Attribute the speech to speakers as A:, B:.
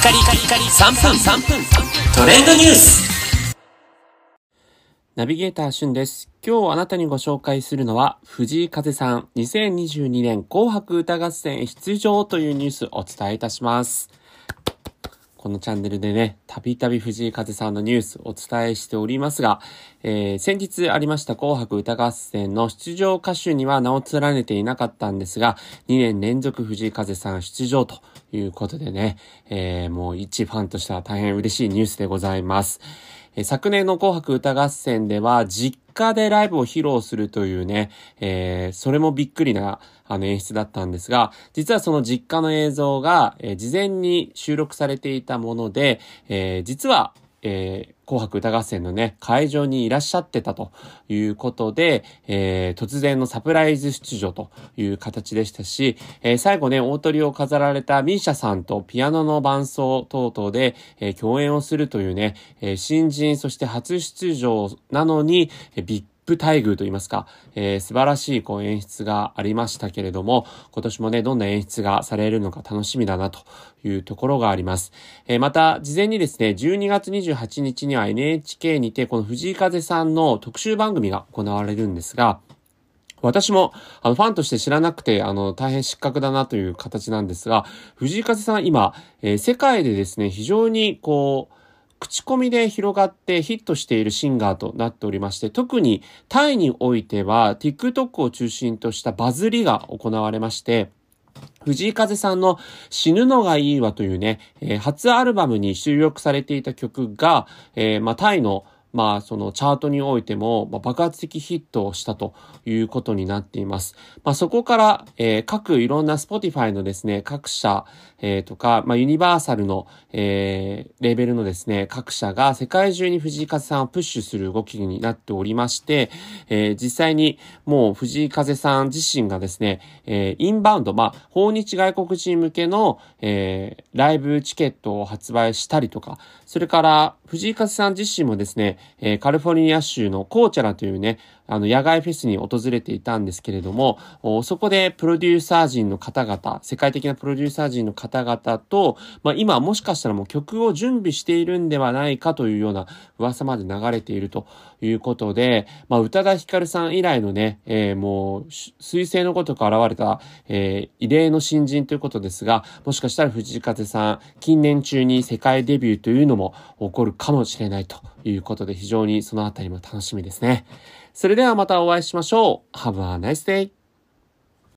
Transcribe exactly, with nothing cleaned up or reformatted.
A: カリカリカリさんぷんさんぷんトレンドニュース。
B: ナビゲーターしゅんです。今日あなたにご紹介するのは藤井風さんにせんにじゅうにねん紅白歌合戦出場というニュースをお伝えいたします。このチャンネルでね、たびたび藤井風さんのニュースをお伝えしておりますが、えー、先日ありました紅白歌合戦の出場歌手には名を連ねていなかったんですが、にねん連続藤井風さん出場ということでね、えー、もう一ファンとしては大変嬉しいニュースでございます。えー、昨年の紅白歌合戦では実家でライブを披露するというね、えー、それもびっくりなあの演出だったんですが、実はその実家の映像が、えー、事前に収録されていたもので、えー、実は、えー、紅白歌合戦のね、会場にいらっしゃってたということで、えー、突然のサプライズ出場という形でしたし、えー、最後ね、大トリを飾られたミーシャさんとピアノの伴奏等々で、えー、共演をするというね、えー、新人そして初出場なのに、えー、ビッグ待遇といいますか、えー、素晴らしいこう演出がありましたけれども、今年もね、どんな演出がされるのか楽しみだなというところがあります。えー、また、事前にですね、じゅうにがつにじゅうはちにちには エヌエイチケー にて、この藤井風さんの特集番組が行われるんですが、私も、あの、ファンとして知らなくて、あの、大変失格だなという形なんですが、藤井風さん今、えー、世界でですね、非常にこう、口コミで広がってヒットしているシンガーとなっておりまして、特にタイにおいては TikTok を中心としたバズりが行われまして、藤井風さんの死ぬのがいいわというね、えー、初アルバムに収録されていた曲が、えー、まあ、タイのまあ、そのチャートにおいても、まあ、爆発的ヒットをしたということになっています。まあ、そこから、えー、各いろんな Spotify のですね、各社、えー、とか、まあ、ユニバーサルの、えー、レーベルのですね、各社が世界中に藤井風さんをプッシュする動きになっておりまして、えー、実際にもう藤井風さん自身がですね、えー、インバウンド、まあ、訪日外国人向けの、えー、ライブチケットを発売したりとか、それから藤井風さん自身もですね、えー、カリフォルニア州のコーチャラというね、あの野外フェスに訪れていたんですけれども、そこでプロデューサー陣の方々、世界的なプロデューサー陣の方々と、まあ今もしかしたらもう曲を準備しているんではないかというような噂まで流れているということで、まあ宇多田ヒカルさん以来のね、えー、もう彗星のごとく現れた、えー、異例の新人ということですが、もしかしたら藤井風さん、近年中に世界デビューというのも起こるかもしれないということで、非常にそのあたりも楽しみですね。それではまたお会いしましょう。Have a nice day!